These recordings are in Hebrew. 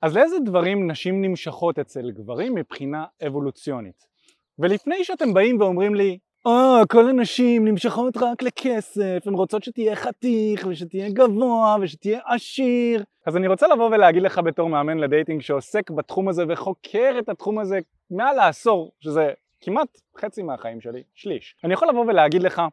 אז לאיזה דברים נשים נמשכות אצל גברים מבחינה אבולוציונית? ולפני שאתם באים ואומרים לי, כל הנשים נמשכות רק לכסף, הן רוצות שתהיה חתיך ושתהיה גבוה ושתהיה עשיר. אז אני רוצה לבוא ולהגיד לך בתור מאמן לדייטינג שעוסק בתחום הזה וחוקר את התחום הזה מעל העשור, שזה כמעט חצי מהחיים שלי, שליש. אני יכול לבוא ולהגיד לך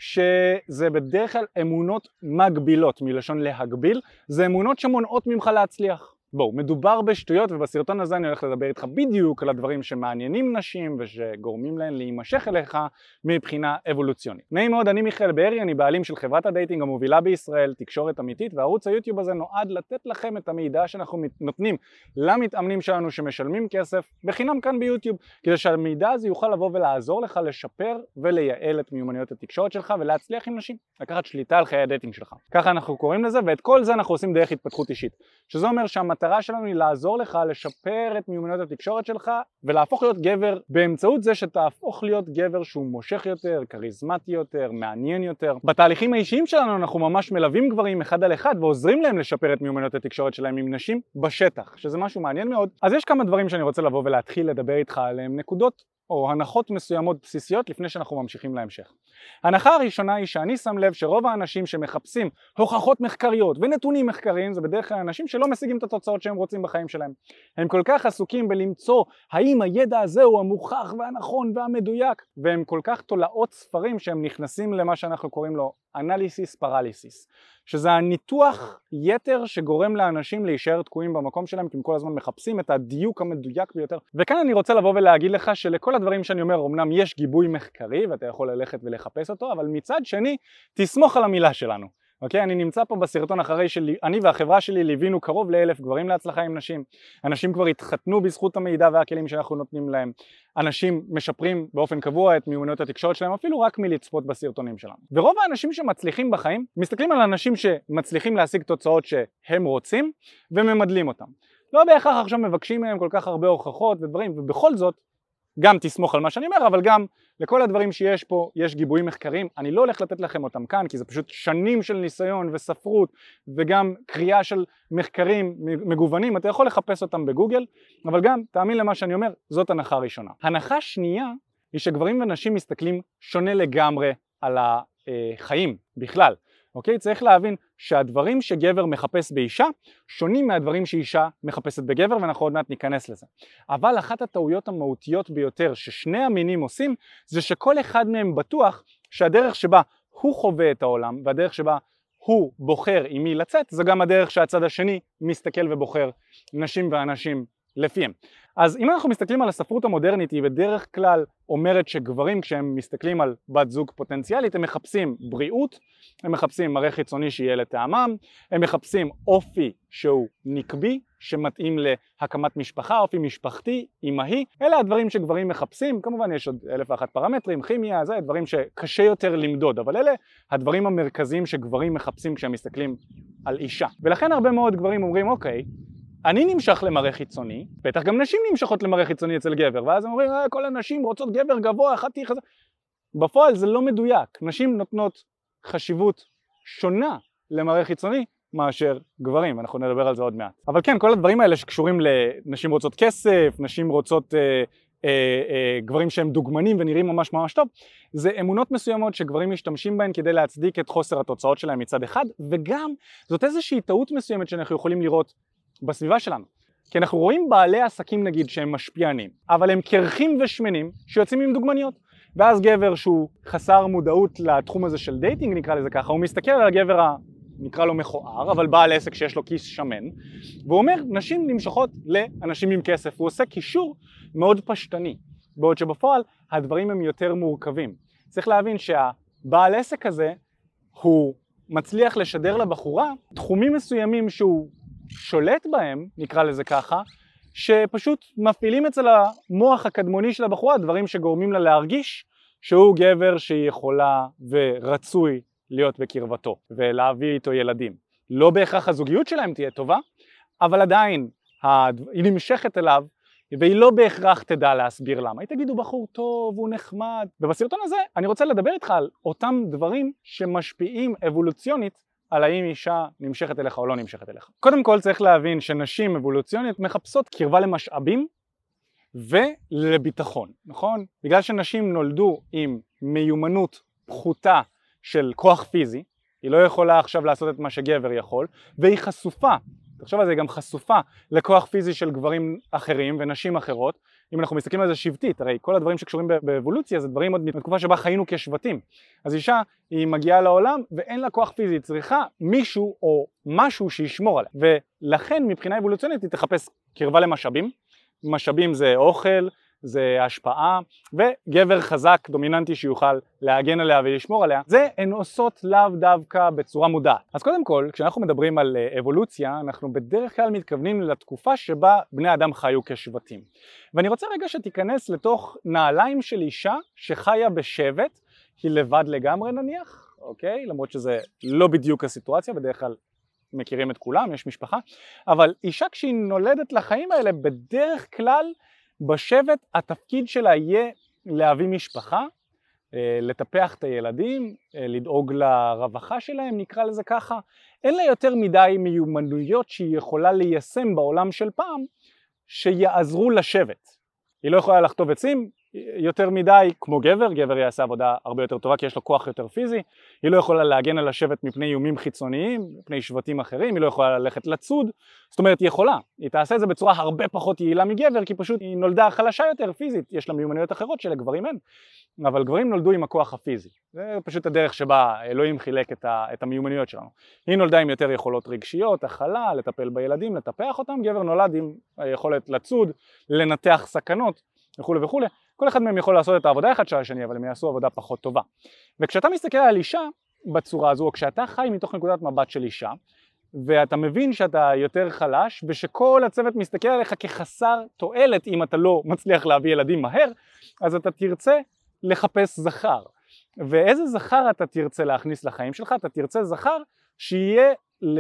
שזה בדרך כלל אמונות מגבילות, מלשון להגביל, זה אמונות שמונעות ממך להצליח. בואו, מדובר בשטויות, ובסרטון הזה אני הולך לדבר איתך בדיוק על הדברים שמעניינים נשים ושגורמים להן להימשך אליך מבחינה אבולוציונית. נעים מאוד, אני מיכאל בארי, אני בעלים של חברת הדייטינג המובילה בישראל, תקשורת אמיתית, וערוץ היוטיוב הזה נועד לתת לכם את המידע שאנחנו נותנים למתאמנים שלנו שמשלמים כסף בחינם כאן ביוטיוב, כדי שהמידע הזה יוכל לבוא ולעזור לך לשפר ולייעל את מיומנויות התקשורת שלך ולהצליח עם נשים, לקחת שליטה על חיי הדייטינג שלך. ככה אנחנו קוראים לזה, ואת כל זה אנחנו עושים דרך התפתחות אישית, שזה אומר המטרה שלנו היא לעזור לך לשפר את מיומנויות התקשורת שלך ולהפוך להיות גבר באמצעות זה שתהפוך להיות גבר שהוא מושך יותר, כריזמטי יותר, מעניין יותר. בתהליכים האישיים שלנו אנחנו ממש מלווים גברים אחד על אחד ועוזרים להם לשפר את מיומנויות התקשורת שלהם עם נשים בשטח, שזה משהו מעניין מאוד. אז יש כמה דברים שאני רוצה לבוא ולהתחיל לדבר איתך עליהם, נקודות או הנחות מסוימות בסיסיות לפני שאנחנו ממשיכים להמשך. ההנחה הראשונה היא שאני שם לב שרוב האנשים שמחפשים הוכחות מחקריות ונתונים מחקריים זה בדרך כלל אנשים שלא משיגים את התוצאות שהם רוצים בחיים שלהם. הם כל כך עסוקים בלמצוא האם הידע הזה הוא המוכח והנכון והמדויק, והם כל כך תולעות ספרים שהם נכנסים למה שאנחנו קוראים לו אנליסיס פרליסיס, שזה הניתוח יתר שגורם לאנשים להישאר תקועים במקום שלהם כי הם כל הזמן מחפשים את הדיוק המדויק ביותר. וכאן אני רוצה לבוא ולהגיד לך שלכל הדברים שאני אומר אמנם יש גיבוי מחקרי ואתה יכול ללכת ולחפש אותו, אבל מצד שני תסמוך על המילה שלנו. אוקיי? אני נמצא פה בסרטון אחרי שאני והחברה שלי ליווינו קרוב ל1,000 גברים להצלחה עם נשים. אנשים כבר התחתנו בזכות המידע והכלים שאנחנו נותנים להם. אנשים משפרים באופן קבוע את מיומנויות התקשורת שלהם אפילו רק מלצפות בסרטונים שלנו. ורוב האנשים שמצליחים בחיים מסתכלים על אנשים שמצליחים להשיג תוצאות שהם רוצים וממדלים אותם. לא בהכרח עכשיו מבקשים מהם כל כך הרבה הוכחות ודברים, ובכל זאת גם תסמוך על מה שאני אומר, אבל גם לכל הדברים שיש פה יש גיבויים מחקריים. אני לא הולך לתת לכם אותם כאן כי זה פשוט שנים של ניסיון וספרות וגם קריאה של מחקרים מגוונים, אתה יכול לחפש אותם בגוגל, אבל גם תאמין למה שאני אומר, זאת הנחה ראשונה. הנחה שנייה היא שגברים ונשים מסתכלים שונה לגמרי על החיים בכלל. אוקיי? צריך להבין שהדברים שגבר מחפש באישה שונים מהדברים שאישה מחפשת בגבר, ואנחנו עוד מעט ניכנס לזה. אבל אחת הטעויות המהותיות ביותר ששני המינים עושים זה שכל אחד מהם בטוח שהדרך שבה הוא חווה את העולם והדרך שבה הוא בוחר עם מי לצאת זה גם הדרך שהצד השני מסתכל ובוחר נשים ואנשים לפיהם. אז אם אנחנו מסתכלים על הספרות המודרנית היא בדרך כלל אומרת שגברים כשהם מסתכלים על בת זוג פוטנציאלית הם מחפשים בריאות, הם מחפשים מראה חיצוני שיהיה לטעמם, הם מחפשים אופי שהוא נקבי שמתאים להקמת משפחה, אופי משפחתי, אמהי. אלה הדברים שגברים מחפשים, כמובן יש עוד 1,001 פרמטרים, כימיה, זה דברים שקשה יותר למדוד, אבל אלה הדברים המרכזיים שגברים מחפשים כשהם מסתכלים על אישה. ולכן הרבה מאוד גברים אומרים אוקיי, אני נמשך למראה חיצוני, בטח גם נשים נמשכות למראה חיצוני אצל גבר, ואז הם אומרים כל הנשים רוצות גבר גבוה, חתיך. בפועל זה לא מדויק, נשים נותנות חשיבות שונה למראה חיצוני מאשר גברים, אנחנו נדבר על זה עוד מעט. אבל כן, כל הדברים האלה שקשורים לנשים רוצות כסף, נשים רוצות גברים שהם דוגמנים ונראים ממש ממש טוב, זה אמונות מסוימות שגברים משתמשים בהן כדי להצדיק את חוסר התוצאות שלהם מצד אחד, וגם זאת איזושהי טעות מסוימת שאנחנו יכולים לראות בסביבה שלנו. כי אנחנו רואים בעלי עסקים נגיד שהם משפיענים, אבל הם קרחים ושמנים שיוצאים עם דוגמניות. ואז גבר שהוא חסר מודעות לתחום הזה של דייטינג נקרא לזה ככה, הוא מסתכל על הגבר נקרא לו מכוער, אבל בעל עסק שיש לו כיס שמן, והוא אומר נשים נמשכות לאנשים עם כסף, הוא עושה קישור מאוד פשטני, בעוד שבפועל הדברים הם יותר מורכבים. צריך להבין שהבעל עסק הזה הוא מצליח לשדר לבחורה תחומים מסוימים שהוא שולט בהם, נקרא לזה ככה, שפשוט מפעילים אצל המוח הקדמוני של הבחורה דברים שגורמים לה להרגיש שהוא גבר שהיא יכולה ורצוי להיות בקרבתו ולהביא איתו ילדים. לא בהכרח הזוגיות שלהם תהיה טובה, אבל עדיין היא נמשכת אליו והיא לא בהכרח תדע להסביר למה. היא תגיד הוא בחור טוב, הוא נחמד. ובסרטון הזה אני רוצה לדבר איתך על אותם דברים שמשפיעים אבולוציונית על האם אישה נמשכת אליך או לא נמשכת אליך. קודם כל צריך להבין שנשים אבולוציוניות מחפשות קרבה למשאבים ולביטחון, נכון? בגלל שנשים נולדו עם מיומנות פחותה של כוח פיזי, היא לא יכולה עכשיו לעשות את מה שגבר יכול, והיא חשופה, תחשוב על זה, היא גם חשופה לכוח פיזי של גברים אחרים ונשים אחרות. אם אנחנו מסתכלים על זה שבטית, הרי כל הדברים שקשורים באבולוציה זה דברים עוד מתקופה שבה חיינו כשבטים. אז אישה היא מגיעה לעולם ואין לה כוח פיזי, היא צריכה מישהו או משהו שישמור עליה, ולכן מבחינה אבולוציונית היא תחפש קרבה למשאבים. משאבים זה אוכל, זה השפעה, וגבר חזק דומיננטי שיוכל להגן עליה ולשמור עליה. זה הן עושות לאו דווקא בצורה מודעת. אז קודם כל, כשאנחנו מדברים על אבולוציה, אנחנו בדרך כלל מתכוונים לתקופה שבה בני אדם חיו כשבטים. ואני רוצה רגע שתיכנס לתוך נעליים של אישה שחיה בשבט, היא לבד לגמרי נניח, אוקיי? למרות שזה לא בדיוק הסיטואציה, בדרך כלל מכירים את כולם, יש משפחה, אבל אישה כשהיא נולדת לחיים האלה, בדרך כלל בשבט התפקיד שלה יהיה להביא משפחה, לטפח את הילדים, לדאוג לרווחה שלהם, נקרא לזה ככה. אין לה יותר מדי מיומנויות שהיא יכולה ליישם בעולם של פעם, שיעזרו לשבט. היא לא יכולה לחטוב עצים יותר מדי כמו גבר, גבר יעשה עבודה הרבה יותר טובה כי יש לו כוח יותר פיזי. היא לא יכולה להגן על השבט מפני איומים חיצוניים, מפני שבטים אחרים, היא לא יכולה ללכת לצוד. זאת אומרת, היא יכולה, היא תעשה את זה בצורה הרבה פחות יעילה מגבר, כי פשוט היא נולדה חלשה יותר פיזית, יש לה מיומנויות אחרות שלגברים אין, אבל גברים נולדו עם הכוח הפיזי. זה פשוט הדרך שבה אלוהים חילק את המיומנויות שלנו. היא נולדה עם יותר יכולות רגשיות, הכלה, לטפל בילדים, לטפח אותם. גבר נולד עם היכולת לצוד, לנתח סכנות וכו' וכו'. כל אחד מהם יכול לעשות את העבודה אחד של השני, אבל הם יעשו עבודה פחות טובה. וכשאתה מסתכל על אישה בצורה הזו, או כשאתה חי מתוך נקודת מבט של אישה, ואתה מבין שאתה יותר חלש, ושכל הצוות מסתכל עליך כחסר תועלת אם אתה לא מצליח להביא ילדים מהר, אז אתה תרצה לחפש זכר. ואיזה זכר אתה תרצה להכניס לחיים שלך? אתה תרצה זכר שיהיה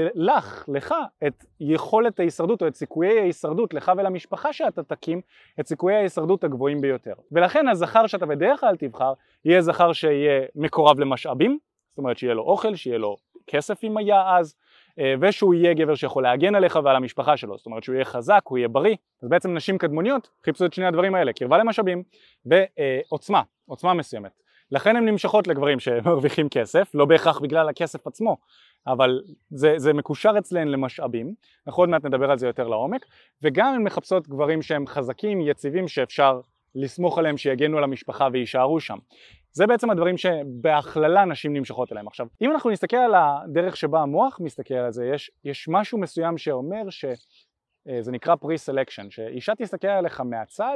לך את יכולת ההישרדות או את סיכויי ההישרדות לך ולמשפחה שאתה תקים, את סיכויי ההישרדות הגבוהים ביותר. ולכן הזכר שאתה בדרך כלל תבחר יהיה זכר שיהיה מקורב למשאבים, זאת אומרת שיהיה לו אוכל, שיהיה לו כסף אם היה אז, ושהוא יהיה גבר שיכול להגן עליך ועל המשפחה שלו, זאת אומרת שהוא יהיה חזק, הוא יהיה בריא. אז בעצם נשים קדמוניות חיפשו את שני הדברים האלה, קרבה למשאבים ועוצמה, עוצמה מסוימת. לכן הן נמשכות לגברים שמרוויחים כסף, לא בהכרח בגלל הכסף עצמו, אבל זה מקושר אצלן למשאבים, אנחנו עוד מעט נדבר על זה יותר לעומק, וגם הן מחפשות גברים שהם חזקים, יציבים, שאפשר לסמוך עליהם שיגנו על המשפחה ויישארו שם. זה בעצם הדברים שבהכללה נשים נמשכות אליהם. עכשיו, אם אנחנו נסתכל על הדרך שבה המוח מסתכל על זה, יש משהו מסוים שאומר שזה נקרא pre-selection, שאישה תסתכל עליך מהצד,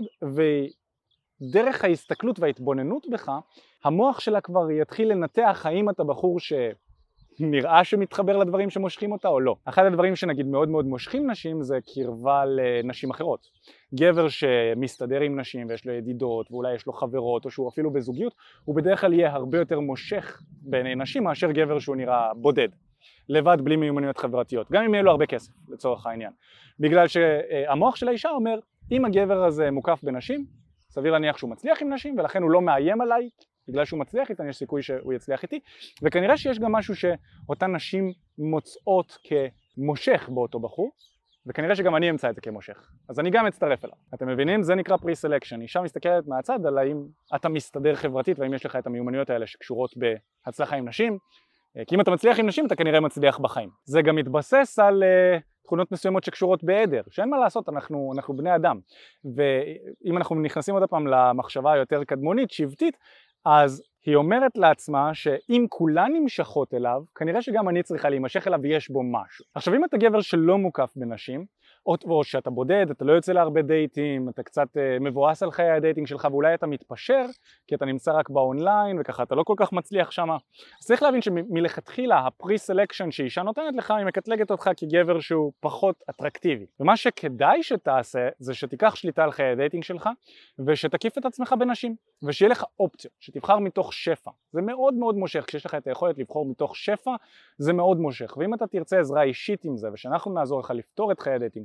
ודרך ההסתכלות וההתבוננות בך, המוח שלה כבר יתחיל לנתח האם אתה בחור שנראה שמתחבר לדברים שמושכים אותה או לא. אחד הדברים שנגיד מאוד מאוד מושכים נשים זה קרבה לנשים אחרות. גבר שמסתדר עם נשים ויש לו ידידות ואולי יש לו חברות או שהוא אפילו בזוגיות, הוא בדרך כלל יהיה הרבה יותר מושך בעיני נשים מאשר גבר שהוא נראה בודד, לבד בלי מיומנויות חברתיות, גם אם יהיה לו הרבה כסף לצורך העניין. בגלל שהמוח של האישה אומר, אם הגבר הזה מוקף בנשים, סביר להניח שהוא מצליח עם נשים ולכן הוא לא מאיים עליי, בגלל שהוא מצליח איתן יש סיכוי שהוא יצליח איתי, וכנראה שיש גם משהו שאותן נשים מוצאות כמושך באותו בחור, וכנראה שגם אני אמצא את זה כמושך, אז אני גם אצטרף אליו. אתם מבינים? זה נקרא pre-selection. אישה מסתכלת מהצד על האם אתה מסתדר חברתית והאם יש לך את המיומנויות האלה שקשורות בהצלחה עם נשים, כי אם אתה מצליח עם נשים אתה כנראה מצליח בחיים. זה גם מתבסס על תכונות מסוימות שקשורות בעדר, שאין מה לעשות, אנחנו בני אדם, ואם אנחנו נכנסים עוד פעם למחשבה היותר קדמונית, שבטית, אז היא אומרת לעצמה שאם כולן נמשכות אליו, כנראה שגם אני צריכה להימשך אליו ויש בו משהו. עכשיו אם אתה גבר שלא מוקף בנשים, או שאתה בודד, אתה לא יוצא להרבה דייטים, אתה קצת מבואס על חיי הדייטינג שלך ואולי אתה מתפשר, כי אתה נמצא רק באונליין וככה אתה לא כל כך מצליח שמה. אז צריך להבין שמלכתחילה הפרי-סלקשן שאישה נותנת לך, היא מקטלגת אותך כגבר שהוא פחות אטרקטיבי. ומה שכדאי שתעשה זה שתיקח שליטה על חיי הדייטינג שלך ושתקיף את עצמך בנשים, ושיהיה לך אופציות, שתבחר מתוך שפע. זה מאוד מאוד מושך, כשיש לך את היכולת לבחור מתוך שפע, זה מאוד מושך. ואם אתה תרצה עזרה אישית עם זה ושאנחנו נעזור לך לפתור את חיי הדייטינג שלך,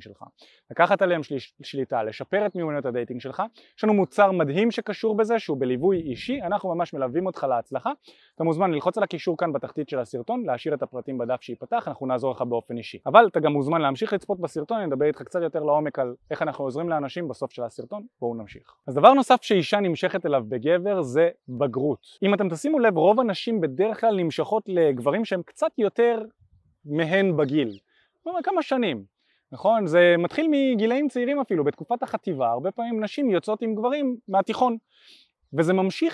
שלך, לקחת עליהם שליטה, לשפר את מיומנויות הדייטינג שלך. יש לנו מוצר מדהים שקשור בזה שהוא בליווי אישי, אנחנו ממש מלווים אותך להצלחה. אתה מוזמן ללחוץ על הקישור כאן בתחתית של הסרטון, להשאיר את הפרטים בדף שיפתח, אנחנו נעזור לך באופן אישי. אבל אתה גם מוזמן להמשיך לצפות בסרטון, אני אדבר איתך קצת יותר לעומק על איך אנחנו עוזרים לאנשים בסוף של הסרטון. בואו נמשיך. אז דבר נוסף שאישה נמשכת אליו בגבר זה בגרות. אם אתם תשימו לב, רוב הנשים בדרך כלל נמשכות לגברים שהם קצת יותר מהן בגיל. כמה שנים. נכון? זה מתחיל מגילאים צעירים אפילו, בתקופת החטיבה, הרבה פעמים נשים יוצאות עם גברים מהתיכון. וזה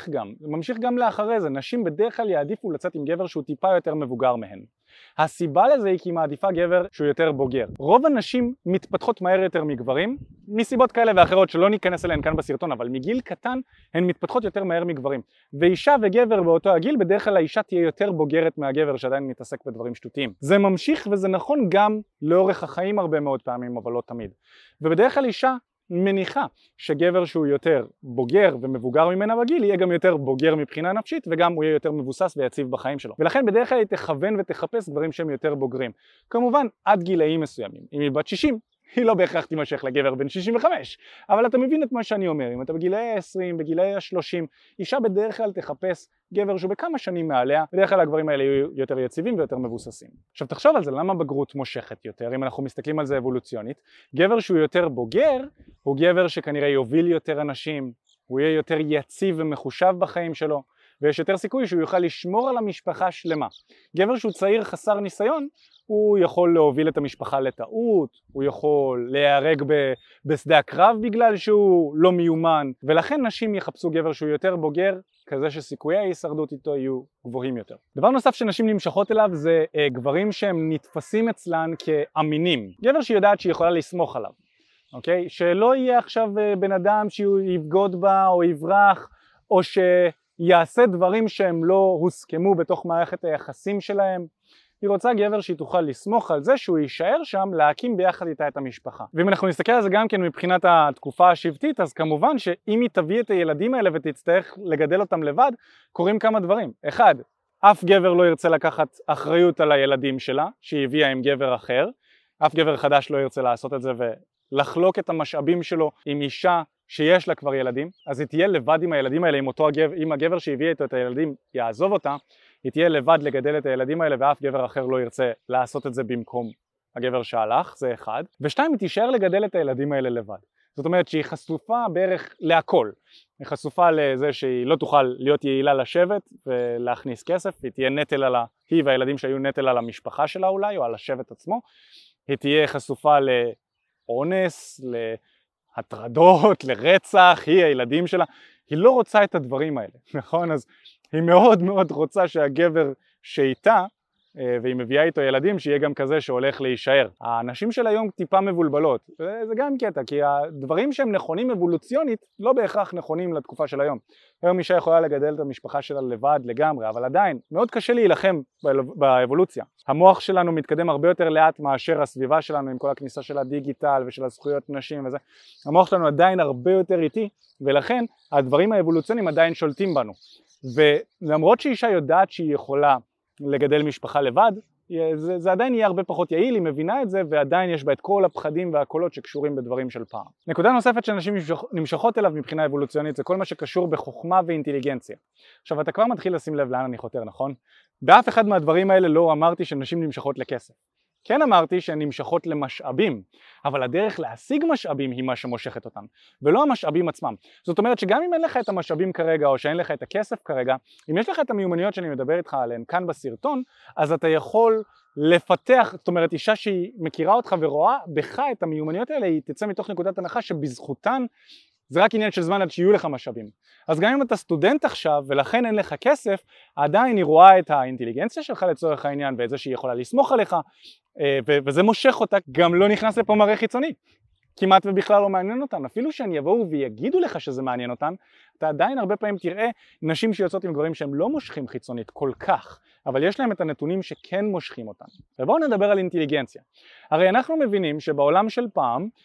ממשיך גם לאחרי זה, נשים בדרך כלל יעדיפו לצאת עם גבר שהוא טיפה יותר מבוגר מהן. הסיבה לזה היא כי מעדיפה גבר שהוא יותר בוגר. רוב הנשים מתפתחות מהר יותר מגברים, מסיבות כאלה ואחרות שלא ניכנס אליהן כאן בסרטון, אבל מגיל קטן הן מתפתחות יותר מהר מגברים. ואישה וגבר באותו הגיל, בדרך כלל האישה תהיה יותר בוגרת מהגבר שעדיין מתעסק בדברים שטותיים. זה ממשיך וזה נכון גם לאורך החיים הרבה מאוד פעמים, אבל לא תמיד. ובדרך כלל אישה מניחה שגבר שהוא יותר בוגר ומבוגר ממנה בגיל יהיה גם יותר בוגר מבחינה נפשית וגם הוא יהיה יותר מבוסס ויציב בחיים שלו, ולכן בדרך כלל היא תכוון ותחפש דברים שהם יותר בוגרים, כמובן עד גילאים מסוימים. אם היא בת 60 היא לא בהכרח תימשך לגבר בן 65, אבל אתה מבין את מה שאני אומר. אם אתה בגילאי 20, בגילאי 30, אישה בדרך כלל תחפש גבר שהוא בכמה שנים מעליה, בדרך כלל הגברים האלה יהיו יותר יציבים ויותר מבוססים. עכשיו תחשוב על זה, למה בגרות מושכת יותר? אם אנחנו מסתכלים על זה אבולוציונית, גבר שהוא יותר בוגר הוא גבר שכנראה יוביל יותר אנשים, הוא יהיה יותר יציב ומחושב בחיים שלו, ויש יותר סיכוי שהוא יוכל לשמור על המשפחה שלמה. גבר שהוא צעיר חסר ניסיון, הוא יכול להוביל את המשפחה לטעות, הוא יכול להיהרג בשדה הקרב בגלל שהוא לא מיומן, ולכן נשים יחפשו גבר שהוא יותר בוגר, כזה שסיכויי ההישרדות איתו יהיו גבוהים יותר. דבר נוסף שנשים נמשכות אליו זה גברים שהם נתפסים אצלן כאמינים. גבר שיודעת שהיא יכולה לסמוך עליו, אוקיי? שלא יהיה עכשיו בן אדם שהוא יבגוד בה או יברח, או שיעשה דברים שהם לא הוסכמו בתוך מערכת היחסים שלהם. היא רוצה גבר שהיא תוכל לסמוך על זה שהוא יישאר שם, להקים ביחד איתה את המשפחה. ואם אנחנו נסתכל על זה גם כן מבחינת התקופה השבטית, אז כמובן שאם היא תביא את הילדים האלה ותצטרך לגדל אותם לבד, קורים כמה דברים. אחד, אף גבר לא ירצה לקחת אחריות על הילדים שלה, שהיא הביאה עם גבר אחר. אף גבר חדש לא ירצה לעשות את זה ולחלוק את המשאבים שלו עם אישה שיש לה כבר ילדים. אז היא תהיה לבד עם הילדים האלה, אם הגבר שהביא איתו את הילדים יעזוב אותה, היא תהיה לבד לגדל את הילדים האלה ואף גבר אחר לא ירצה לעשות את זה במקום הגבר שהלך, זה אחד. ושתיים, היא תישאר לגדל את הילדים האלה לבד. זאת אומרת שהיא חשופה בערך להכל. היא חשופה לזה שהיא לא תוכל להיות יעילה לשבט ולהכניס כסף, היא תהיה נטל היא והילדים שהיו נטל על המשפחה שלה אולי או על השבט עצמו. היא תהיה חשופה לאונס, להטרדות, לרצח, היא הילדים שלה. היא לא רוצה את הדברים האלה, נכון? אז היא מאוד מאוד רוצה שהגבר שאיתה, והיא מביאה איתו ילדים, שיהיה גם כזה שהולך להישאר. האנשים של היום טיפה מבולבלות, זה גם קטע, כי הדברים שהם נכונים אבולוציונית לא בהכרח נכונים לתקופה של היום. היום אישה יכולה לגדל את המשפחה שלה לבד לגמרי, אבל עדיין מאוד קשה להילחם באבולוציה. המוח שלנו מתקדם הרבה יותר לאט מאשר הסביבה שלנו עם כל הכניסה של הדיגיטל ושל הזכויות נשים וזה. המוח שלנו עדיין הרבה יותר איטי, ולכן הדברים האבולוציוניים עדיין שולטים בנו. ולמרות שאישה יודעת שהיא יכולה לגדל משפחה לבד, זה עדיין יהיה הרבה פחות יעיל, היא מבינה את זה, ועדיין יש בה את כל הפחדים והקולות שקשורים בדברים של פעם. נקודה נוספת שאנשים נמשכות אליו מבחינה אבולוציונית זה כל מה שקשור בחוכמה ואינטליגנציה. עכשיו אתה כבר מתחיל לשים לב לאן אני חותר, נכון? באף אחד מהדברים האלה לא אמרתי שנשים נמשכות לכסף. כן אמרתי שהן נמשכות למשאבים, אבל הדרך להשיג משאבים היא מה שמושכת אותן, ולא המשאבים עצמם. זאת אומרת שגם אם אין לך את המשאבים כרגע, או שאין לך את הכסף כרגע, אם יש לך את המיומנויות שאני מדבר איתך עליהן כאן בסרטון, אז אתה יכול לפתח, זאת אומרת אישה שהיא מכירה אותך ורואה בך את המיומנויות האלה, היא תצא מתוך נקודת הנחה שבזכותן זה רק עניין של זמן עד שיהיו לך משאבים. אז גם אם אתה סטודנט עכשיו ולכן אין לך כסף, עדיין היא רואה את האינטליגנציה שלך לצורך העניין ואת זה שהיא יכולה לסמוך עליך, וזה מושך אותה. גם לא נכנס לפה מראה חיצוני, כמעט ובכלל לא מעניין אותן. אפילו שהן יבואו ויגידו לך שזה מעניין אותן, אתה עדיין הרבה פעמים תראה נשים שיוצאות עם גברים שהם לא מושכים חיצונית כל כך, אבל יש להם את הנתונים שכן מושכים אותן. ובואו נדבר על אינטליגנציה. הרי אנחנו מבינים שבעולם של פעם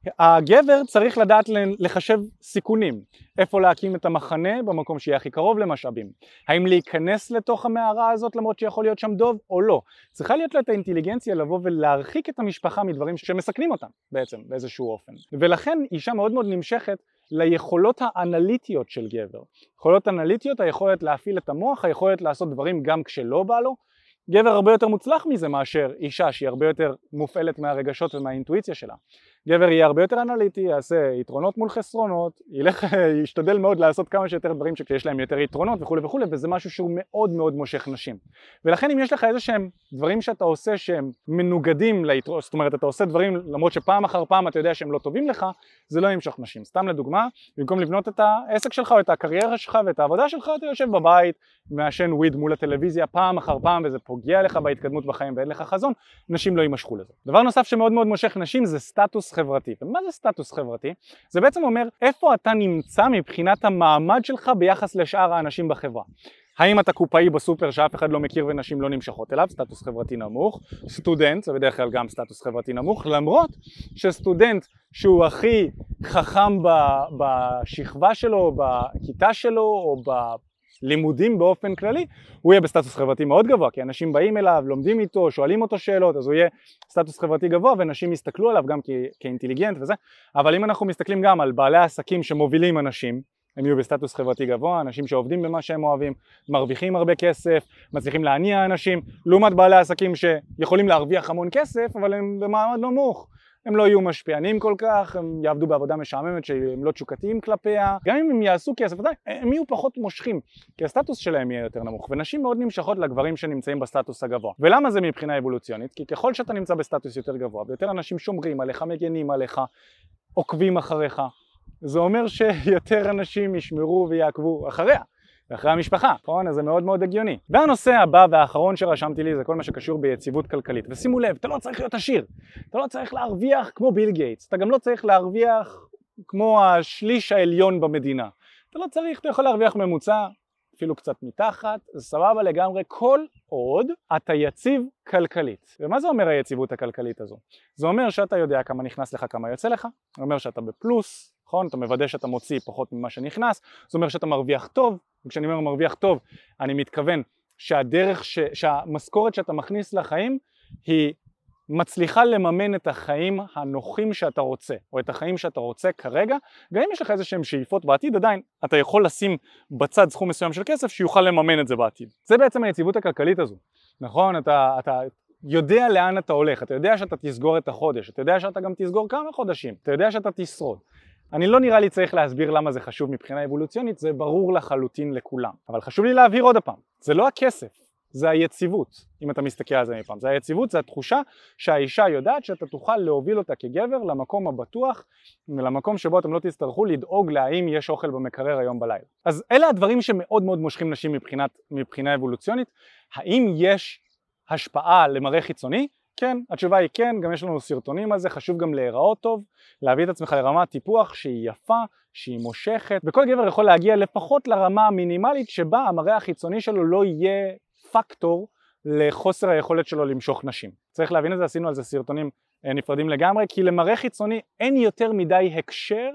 הגבר צריך לדעת לחשב סיכונים, איפה להקים את המחנה במקום שיהיה הכי קרוב למשאבים, האם להיכנס לתוך המערה הזאת למרות שיכול להיות שם דוב או לא. צריכה להיות לו את האינטליגנציה לבוא ולהרחיק את המשפחה מדברים שמסכנים אותם בעצם באיזשהו אופן, ולכן אישה מאוד מאוד נמשכת ליכולות האנליטיות של גבר. יכולות אנליטיות, היכולת להפעיל את המוח, היכולת לעשות דברים גם כשלא בא לו. גבר הרבה יותר מוצלח מזה מאשר אישה שהיא הרבה יותר מופעלת מהרגשות ומהאינטואיציה שלה. גבר יהיה הרבה יותר אנליטי, יעשה יתרונות מול חסרונות, ישתדל מאוד לעשות כמה שיותר דברים שיש להם יותר יתרונות וכו' וכו', וזה משהו שהוא מאוד מאוד מושך נשים. ולכן אם יש לך איזה שהם דברים שאתה עושה שהם מנוגדים ליתרונות, זאת אומרת אתה עושה דברים למרות שפעם אחר פעם אתה יודע שהם לא טובים לך, זה לא ימשוך נשים. סתם לדוגמה, במקום לבנות את העסק שלך או את הקריירה שלך ואת העבודה שלך, אתה יושב בבית, מעשן וויד מול הטלוויזיה פעם אחר פעם, וזה פוגע לך בהתקדמות בחיים ואין לך חזון, נשים לא יימשכו לזה. דבר נוסף שמאוד מאוד מושך נשים זה סטטוס חברתי. ומה זה סטטוס חברתי? זה בעצם אומר איפה אתה נמצא מבחינת המעמד שלך ביחס לשאר האנשים בחברה. האם אתה קופאי בסופר שאף אחד לא מכיר ונשים לא נמשכות אליו, סטטוס חברתי נמוך. סטודנט, זה בדרך כלל גם סטטוס חברתי נמוך, למרות שסטודנט שהוא הכי חכם בשכבה שלו, בכיתה שלו או לימודים באופן כללי, הוא יהיה בסטטוס חברתי מאוד גבוה, כי אנשים באים אליו, לומדים איתו, שואלים אותו שאלות, אז הוא יהיה סטטוס חברתי גבוה, ונשים יסתכלו עליו גם כאינטליגנט וזה. אבל אם אנחנו מסתכלים גם על בעלי העסקים שמובילים אנשים, הם יהיו בסטטוס חברתי גבוה, אנשים שעובדים במה שהם אוהבים, מרוויחים הרבה כסף, מצליחים להניע אנשים, לעומת בעלי העסקים שיכולים להרוויח המון כסף, אבל הם במעמד נמוך. הם לא יהיו משפיענים כל כך, הם יעבדו בעבודה משעממת שהם לא תשוקתיים כלפיה, גם אם הם יעשו כסף, הם יהיו פחות מושכים, כי הסטטוס שלהם יהיה יותר נמוך, ונשים מאוד נמשכות לגברים שנמצאים בסטטוס הגבוה. ולמה זה מבחינה אבולוציונית? כי ככל שאתה נמצא בסטטוס יותר גבוה, ויותר אנשים שומרים עליך, מגנים עליך, עוקבים אחריך, זה אומר שיותר אנשים ישמרו ויעקבו אחריה. ואחרי המשפחה, נכון? אז זה מאוד מאוד הגיוני. והנושא הבא והאחרון שרשמתי לי זה כל מה שקשור ביציבות כלכלית. ושימו לב, אתה לא צריך להיות עשיר, אתה לא צריך להרוויח כמו ביל גייטס, אתה גם לא צריך להרוויח כמו השליש העליון במדינה. אתה לא צריך, אתה יכול להרוויח ממוצע, אפילו קצת מתחת, זה סבבה לגמרי, כל עוד אתה יציב כלכלית. ומה זה אומר היציבות הכלכלית הזו? זה אומר שאתה יודע כמה נכנס לך, כמה יוצא לך, זה אומר שאתה בפלוס, נכון? אתה מוודא שאתה מוציא פחות ממה שנכנס, זה אומר שאתה מרוויח טוב, וכשאני אומר מרוויח טוב, אני מתכוון שהמשכורת שאתה מכניס לחיים היא מצליחה לממן את החיים הנוחים שאתה רוצה, או את החיים שאתה רוצה כרגע, גם אם יש לך איזה שהם שאיפות בעתיד, עדיין אתה יכול לשים בצד סכום מסוים של כסף שיוכל לממן את זה בעתיד. זה בעצם היציבות הכלכלית הזו, נכון? אתה יודע לאן אתה הולך, אתה יודע שאתה תסגור את החודש, אתה יודע שאתה גם תסגור כמה חודשים, אתה יודע שאתה תשרוד. אני לא נראה לי צריך להסביר למה זה חשוב מבחינה אבולוציונית, זה ברור לחלוטין לכולם. אבל חשוב לי להבהיר עוד הפעם, זה לא הכסף, זה היציבות, אם אתה מסתכל על זה מפעם. זה היציבות, זה התחושה שהאישה יודעת שאתה תוכל להוביל אותה כגבר למקום הבטוח, ולמקום שבו אתם לא תצטרכו לדאוג להאם יש אוכל במקרר היום בלילה. אז אלה הדברים שמאוד מאוד מושכים נשים מבחינה אבולוציונית. האם יש השפעה למראה חיצוני? כן, התשובה היא כן, גם יש לנו סרטונים על זה, חשוב גם להיראות טוב, להביא את עצמך לרמת טיפוח שהיא יפה, שהיא מושכת, וכל גבר יכול להגיע לפחות לרמה המינימלית שבה המראה החיצוני שלו לא יהיה פקטור לחוסר היכולת שלו למשוך נשים. צריך להבין את זה, עשינו על זה סרטונים נפרדים לגמרי, כי למראה חיצוני אין יותר מדי הקשר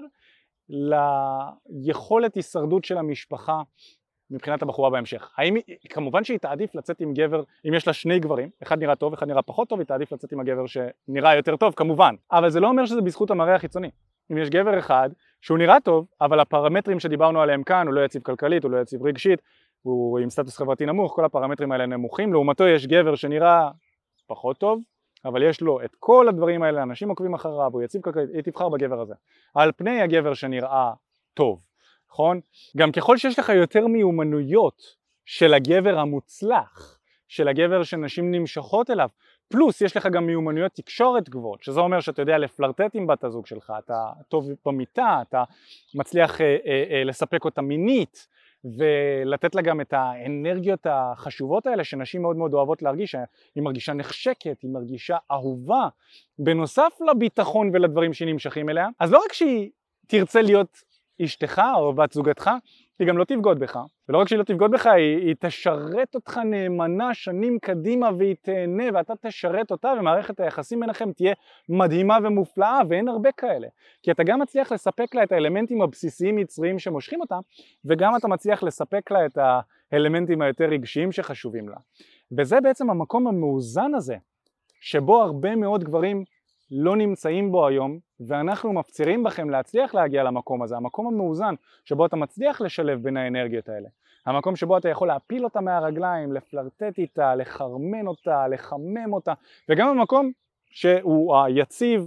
ליכולת הישרדות של המשפחה מבחינת הבחורה בהמשך. כמובן שהיא תעדיף לצאת עם גבר, אם יש לה שני גברים, אחד נראה טוב, אחד נראה פחות טוב, היא תעדיף לצאת עם הגבר שנראה יותר טוב, כמובן. אבל זה לא אומר שזה בזכות המראה החיצוני. אם יש גבר אחד שהוא נראה טוב, אבל הפרמטרים שדיברנו עליהם כאן, הוא לא יציב כלכלית, הוא לא יציב רגשית, הוא עם סטטוס חברתי נמוך, כל הפרמטרים האלה נמוכים, לעומתו יש גבר שנראה פחות טוב, אבל יש לו את כל הדברים האלה, אנשים עוקבים אחריו, הוא יציב כלכלית, היא תבחר בגבר הזה. על פני הגבר שנראה טוב. נכון? גם ככל שיש לך יותר מיומנויות של הגבר המוצלח, של הגבר שנשים נמשכות אליו, פלוס יש לך גם מיומנויות תקשורת גבוהות, שזה אומר שאתה יודע לפלרטט עם בת הזוג שלך, אתה טוב במיטה, אתה מצליח לספק אותה מינית, ולתת לה גם את האנרגיות החשובות האלה שנשים מאוד מאוד אוהבות להרגיש, היא מרגישה נחשקת, היא מרגישה אהובה, בנוסף לביטחון ולדברים שנמשכים אליה, אז לא רק שהיא תרצה להיות אשתך או בת זוגתך, היא גם לא תבגוד בך, ולא רק שהיא לא תבגוד בך, היא תשרת אותך נאמנה שנים קדימה והיא תהנה ואתה תשרת אותה ומערכת היחסים ביניכם תהיה מדהימה ומופלאה ואין הרבה כאלה. כי אתה גם מצליח לספק לה את האלמנטים הבסיסיים יצריים שמושכים אותה וגם אתה מצליח לספק לה את האלמנטים היותר רגשיים שחשובים לה. וזה בעצם המקום המאוזן הזה שבו הרבה מאוד גברים לא נמצאים בו היום ואנחנו מפצירים בכם להצליח להגיע למקום הזה, המקום המאוזן שבו אתה מצליח לשלב בין האנרגיות האלה, המקום שבו אתה יכול להפיל אותה מהרגליים, לפלרטט איתה, לחרמן אותה, לחמם אותה, וגם המקום שהוא היציב,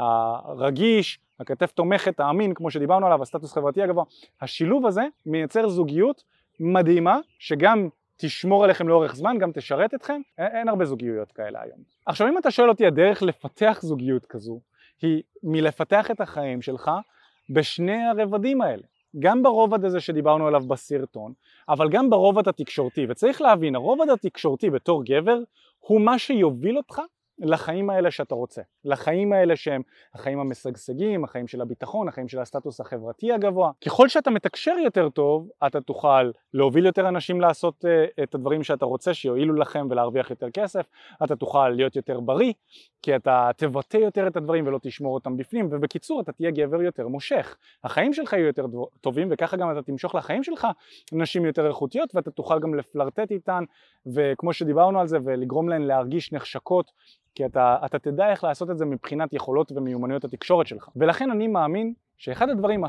הרגיש, הכתף תומכת, האמין, כמו שדיברנו עליו, הסטטוס חברתי הגבוה. השילוב הזה מייצר זוגיות מדהימה שגם תשמור עליכם לאורך זמן, גם תשרת אתכם. אין הרבה זוגיות כאלה היום. עכשיו אם אתה שואל אותי, הדרך לפתח זוגיות כזו היא מלפתח את החיים שלך בשני הרבדים האלה, גם ברובד הזה שדיברנו עליו בסרטון, אבל גם ברובד התקשורתי. וצריך להבין, הרובד התקשורתי בתור גבר הוא מה שיוביל אותך לחיים האלה שאתה רוצה, לחיים האלה שהם החיים המשגשגים, החיים של הביטחון, החיים של הסטטוס החברתי הגבוה. ככל שאתה מתקשר יותר טוב, אתה תוכל להוביל יותר אנשים לעשות את הדברים שאתה רוצה שיועילו לכם ולהרוויח יותר כסף, אתה תוכל להיות יותר בריא, כי אתה תבטא יותר את הדברים ולא תשמור אותם בפנים, ובקיצור אתה תהיה גבר יותר מושך. החיים שלך יהיו יותר טובים וככה גם אתה תמשוך לחיים שלך נשים יותר איכותיות ואתה תוכל גם לפלרטט איתן, וכמו שדיברנו על זה, ולגרום להן להרגיש נחשקות, כי אתה תדע איך לעשות את זה מבחינת יכולות ומיומנויות התקשורת שלך. ולכן אני מאמין שאחד הדברים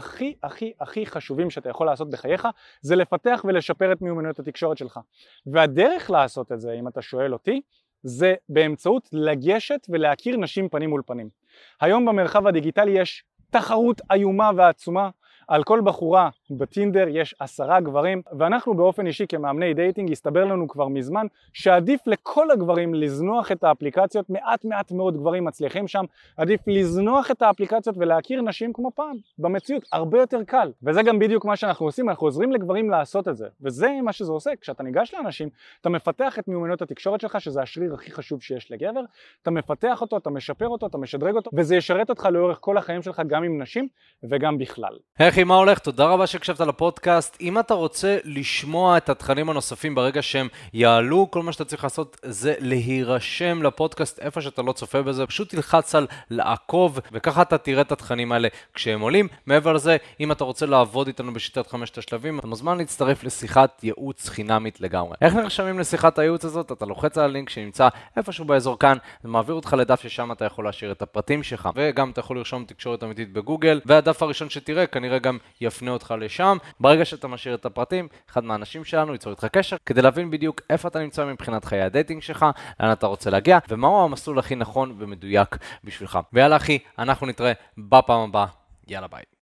הכי חשובים שאתה יכול לעשות בחייך זה לפתח ולשפר את מיומנויות התקשורת שלך. והדרך לעשות את זה, אם אתה שואל אותי, זה באמצעות לגשת ולהכיר נשים פנים מול פנים. היום במרחב הדיגיטלי יש תחרות איומה ועצומה, על כל בחורה בטינדר יש 10 גברים, ואנחנו באופן אישי כמאמני דייטינג הסתבר לנו כבר מזמן שעדיף לכל הגברים לזנוח את האפליקציות. מעט מאוד גברים מצליחים שם, עדיף לזנוח את האפליקציות ולהכיר נשים כמו פעם, במציאות הרבה יותר קל. וזה גם בדיוק מה שאנחנו עושים, אנחנו עוזרים לגברים לעשות את זה, וזה מה שזה עושה. כשאתה ניגש לאנשים אתה מפתח את מיומנויות התקשורת שלך, שזה השריר הכי חשוב שיש לגבר, אתה מפתח אותו, אתה משפר אותו, אתה משדרג אותו, וזה ישרת אותך לאורך כל החיים שלך, גם עם נשים וגם בכלל. אחי, מה הולך? תודה רבה שהקשבת לפודקאסט. אם אתה רוצה לשמוע את התכנים הנוספים ברגע שהם יעלו, כל מה שאתה צריך לעשות זה להירשם לפודקאסט איפה שאתה לא צופה בזה. פשוט תלחץ על לעקוב, וככה אתה תראה את התכנים האלה כשהם עולים. מעבר לזה, אם אתה רוצה לעבוד איתנו בשיטת 5 השלבים, אתה מוזמן להצטרף לשיחת ייעוץ חינמית לגמרי. איך נרשמים לשיחת הייעוץ הזאת? אתה לוחץ על הלינק שנמצא איפשהו באזור כאן, זה מעביר אותך לדף ששם אתה יכול להשאיר את הפרטים שלך, וגם אתה יכול לרשום תקשורת אמיתית בגוגל, והדף הראשון שתראה כנראה גם יפנה אותך לשם. ברגע שאתה משאיר את הפרטים, אחד מהאנשים שלנו ייצור איתך קשר כדי להבין בדיוק איפה אתה נמצא מבחינת חיי הדייטינג שלך, לאן אתה רוצה להגיע, ומהו המסלול הכי נכון ומדויק בשבילך. ויאללה אחי, אנחנו נתראה בפעם הבאה. יאללה ביי.